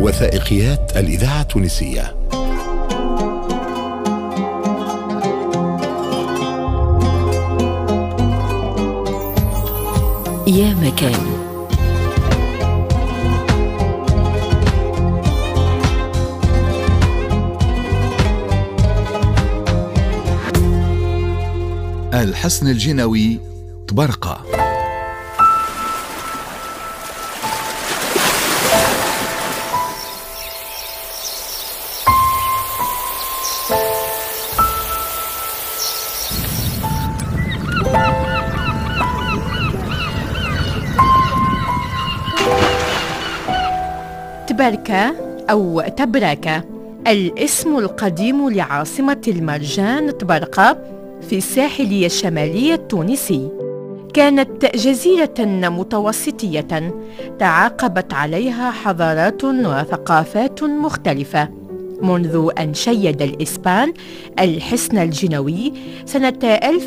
وثائقيات الإذاعة التونسية. يا مكان. الحصن الجنوي طبرقة. تبركة أو تبركة، الاسم القديم لعاصمة المرجان طبرقة في الساحل الشمالي التونسي. كانت جزيرة متوسطية تعاقبت عليها حضارات وثقافات مختلفة منذ أن شيد الإسبان الحصن الجنوي سنة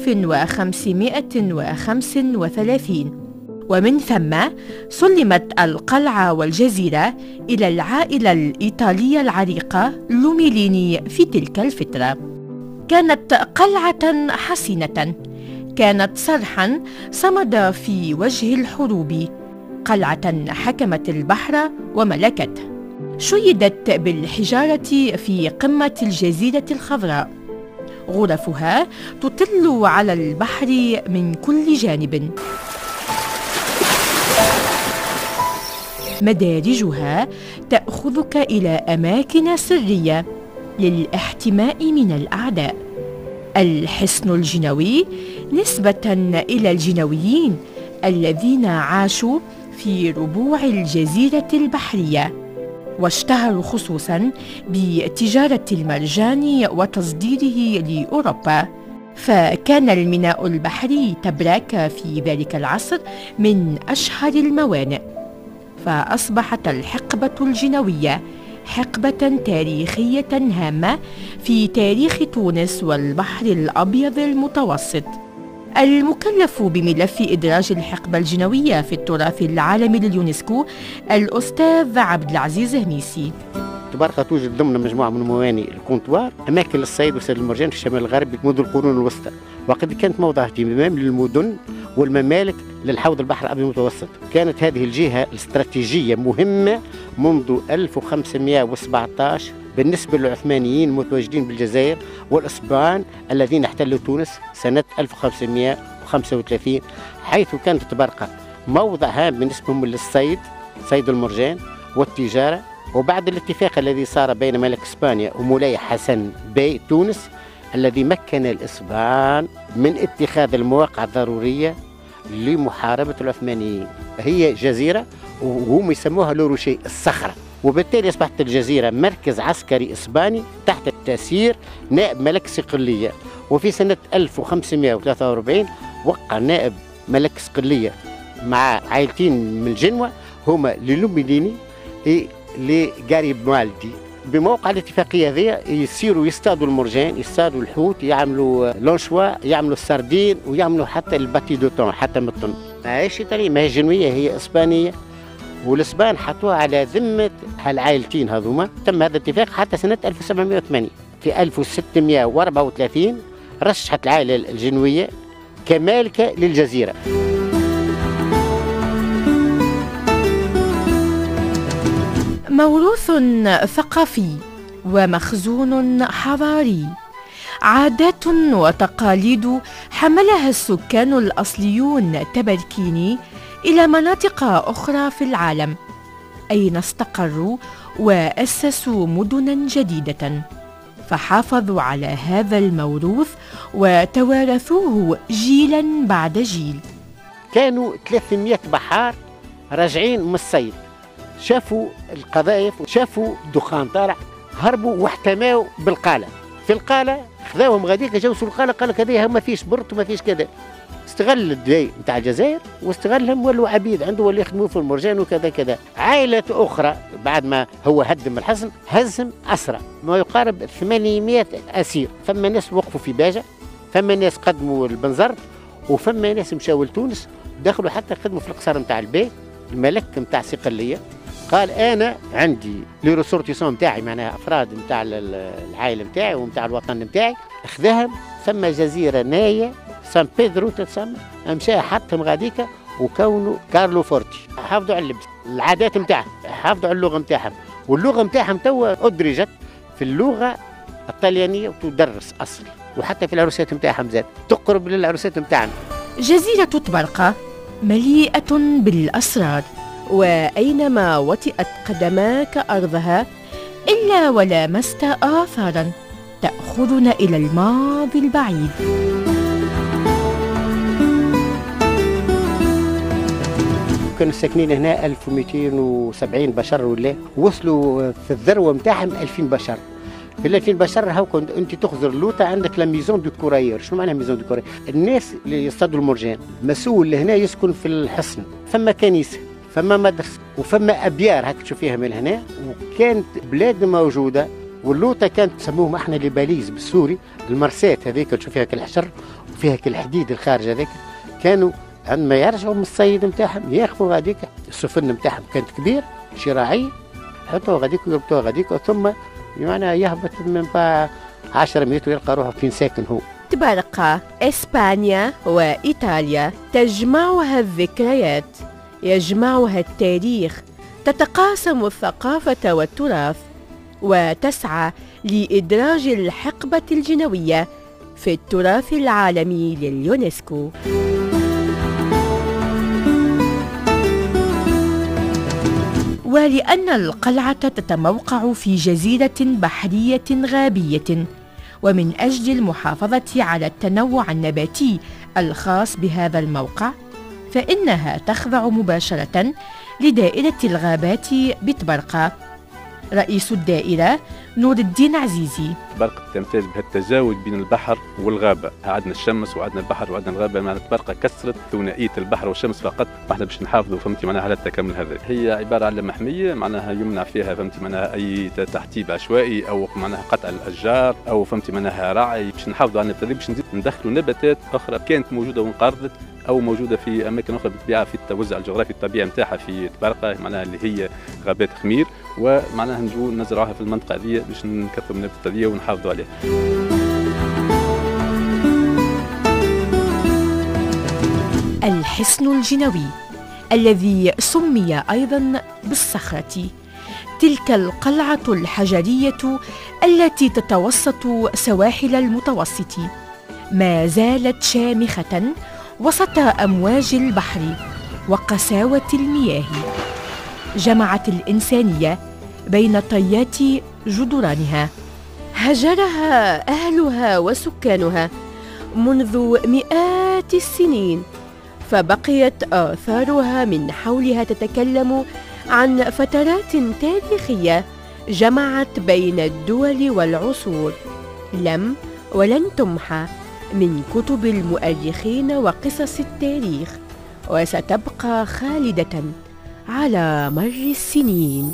1535، ومن ثم سلمت القلعة والجزيرة إلى العائلة الإيطالية العريقة لوميليني في تلك الفترة. كانت قلعة حصينة، كانت صرحا صمد في وجه الحروب، قلعة حكمت البحر وملكته. شيدت بالحجارة في قمة الجزيرة الخضراء، غرفها تطل على البحر من كل جانب. مدارجها تأخذك إلى أماكن سرية للاحتماء من الأعداء. الحصن الجنوي نسبة إلى الجنويين الذين عاشوا في ربوع الجزيرة البحرية، واشتهروا خصوصاً بتجارة المرجان وتصديره لأوروبا. فكان الميناء البحري تبرك في ذلك العصر من أشهر الموانئ، فأصبحت الحقبة الجنوية حقبة تاريخية هامة في تاريخ تونس والبحر الأبيض المتوسط. المكلف بملف إدراج الحقبة الجنوية في التراث العالمي لليونسكو الأستاذ عبد العزيز هميسي. طبرقة توجد ضمن مجموعة من موانئ الكونتوار، أماكن للصيد وصيد المرجان في الشمال الغربي منذ القرون الوسطى، وقد كانت موضع اهتمام للمدن والممالك للحوض البحر الأبيض المتوسط. كانت هذه الجهة الاستراتيجية مهمة منذ 1517 بالنسبة للعثمانيين المتواجدين بالجزائر والإسبان الذين احتلوا تونس سنة 1535، حيث كانت طبرقة موضع هام بالنسبة للصيد، صيد المرجان والتجارة. وبعد الاتفاق الذي صار بين ملك إسبانيا ومولاي حسن بي تونس الذي مكن الإسبان من اتخاذ المواقع الضرورية لمحاربة العثمانيين، هي جزيرة وهم يسموها لوروشي الصخرة، وبالتالي أصبحت الجزيرة مركز عسكري إسباني تحت تأثير نائب ملك صقلية. وفي سنة 1543 وقع نائب ملك صقلية مع عائلتين من جنوة هما للوميليني لغاريبالدي. بموقع الاتفاقية ذي يصيروا يصطادوا المرجان، يصطادوا الحوت، يعملوا لونشوا، يعملوا السردين، ويعملوا حتى الباتي دوتون، حتى مطن. ماهيش إيطالية، ما هي جنوية، هي إسبانية، والإسبان حطوها على ذمة هالعائلتين هذوما. تم هذا الاتفاق حتى سنة 1708. في 1634 رشحت العائلة الجنوية كمالكة للجزيرة. موروث ثقافي ومخزون حضاري، عادات وتقاليد حملها السكان الأصليون تبركيني إلى مناطق أخرى في العالم، أين استقروا وأسسوا مدنا جديدة، فحافظوا على هذا الموروث وتوارثوه جيلا بعد جيل. كانوا 300 بحار راجعين من الصيد، شافوا القذائف، شافوا دخان طالع، هربوا واحتماوا بالقالة. في القالة خذاهم غاديك جوسوا القالة، قال لك هذه ما فيش برت وما فيش كذا. استغل الدواء نتاع الجزائر واستغلهم، ولوا عبيد عنده واللي يخدموا في المرجان وكذا كذا. عائلة أخرى بعد ما هو هدم الحصن هزم أسرى ما يقارب 800 أسير. فما ناس وقفوا في باجة، فما ناس قدموا البنزرت، وفما ناس مشاو لتونس دخلوا حتى خدموا في القصر نتاع البي الملك نتاع صقلية. قال أنا عندي لي ريسورتيسون نتاعي، معناها أفراد نتاع العائلة نتاعي ونتاع الوطن نتاعي، أخذهم ثم جزيرة ناية سان بيدرو تتسمى، مشى حطهم غاديكا وكونوا كارلو فورتي. حافظوا على اللبس، العادات نتاعهم، حافظوا على اللغة نتاعهم، واللغة نتاعهم توا أدرجت في اللغة الطليانية وتدرس أصل، وحتى في العروسات نتاعهم زاد تقرب للعروسات نتاعنا. جزيرة طبرقة مليئة بالأسرار، وأينما وطئت قدماك أرضها إلا ولامست آثارا تأخذنا إلى الماضي البعيد. كانوا ساكنين هنا 1270 بشر، ولا وصلوا في الذروة نتاعهم 2000 بشر. في 2000 بشر هاو كنت انت تخزر اللوطه عندك لا ميزون دو كورايور. شنو معناها ميزون دو كورايور؟ الناس اللي يصطادوا المرجان، مسؤول هنا يسكن في الحصن، فما كنيسه، فما مدرسه، وفما ابيار هاك تشوف فيها من هنا، وكانت بلاد موجوده. واللوطه كانت تسموهم احنا لي باليز بالسوري، المرسات هذيك تشوف فيها كالحشر وفيها كالحديد الخارج هذاك. كانوا عندما يرجعوا من الصيد نتاعهم ياخذوا غاديك السفن نتاعهم كانت كبير شراعي، يحطوها غاديك ويربطوها غاديك، ثم معناها يهبط من 10 متر ويلقى روحه فين ساكن هو. طبرقة إسبانيا وإيطاليا تجمعها الذكريات، يجمعها التاريخ، تتقاسم الثقافة والتراث، وتسعى لإدراج الحقبة الجنوية في التراث العالمي لليونسكو. ولأن القلعة تتموقع في جزيرة بحرية غابية، ومن أجل المحافظة على التنوع النباتي الخاص بهذا الموقع، فإنها تخضع مباشرة لدائرة الغابات بطبرقة. رئيس الدائرة نور الدين عزيزي: طبرقة تمتاز بهالتزاوج بين البحر والغابة، عندنا الشمس وعندنا البحر وعندنا الغابة. معناها طبرقة كسرت ثنائية البحر والشمس فقط، واحنا باش نحافظوا فهمتي معناها على التكامل هذا. هي عبارة على محمية معناها يمنع فيها فهمتي معناها أي تحتيب عشوائي أو معناها قطع الأشجار أو فهمتي معناها رعي، باش نحافظوا على النباتات، باش ندخلوا نباتات أخرى كانت موجودة وانقرضت أو موجودة في أماكن أخرى بالطبيعة في التوزع الجغرافي الطبيعي نتاعها في طبرقة معناها اللي هي غابات خمير، ومعناها نجوا نزرعوها في المنطقة هذه باش نكثروا النباتات هذه ونحافظوا عليها. الحصن الجنوي الذي سمي أيضا بالصخرة، تلك القلعة الحجرية التي تتوسط سواحل المتوسط، ما زالت شامخة وسط أمواج البحر وقساوة المياه. جمعت الإنسانية بين طيات جدرانها، هجرها أهلها وسكانها منذ مئات السنين، فبقيت آثارها من حولها تتكلم عن فترات تاريخية جمعت بين الدول والعصور، لم ولن تمحى من كتب المؤرخين وقصص التاريخ، وستبقى خالدة على مر السنين.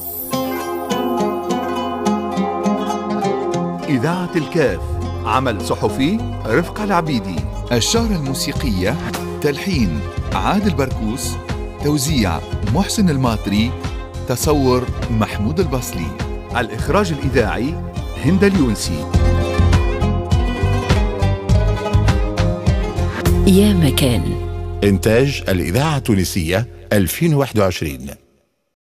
إذاعة الكاف، عمل صحفي رفقة العبيدي، الشارة الموسيقية تلحين عادل بركوس، توزيع محسن الماطري، تصور محمود البصلي، الإخراج الإذاعي هند اليونسي. يا مكان، إنتاج الإذاعة التونسية 2021.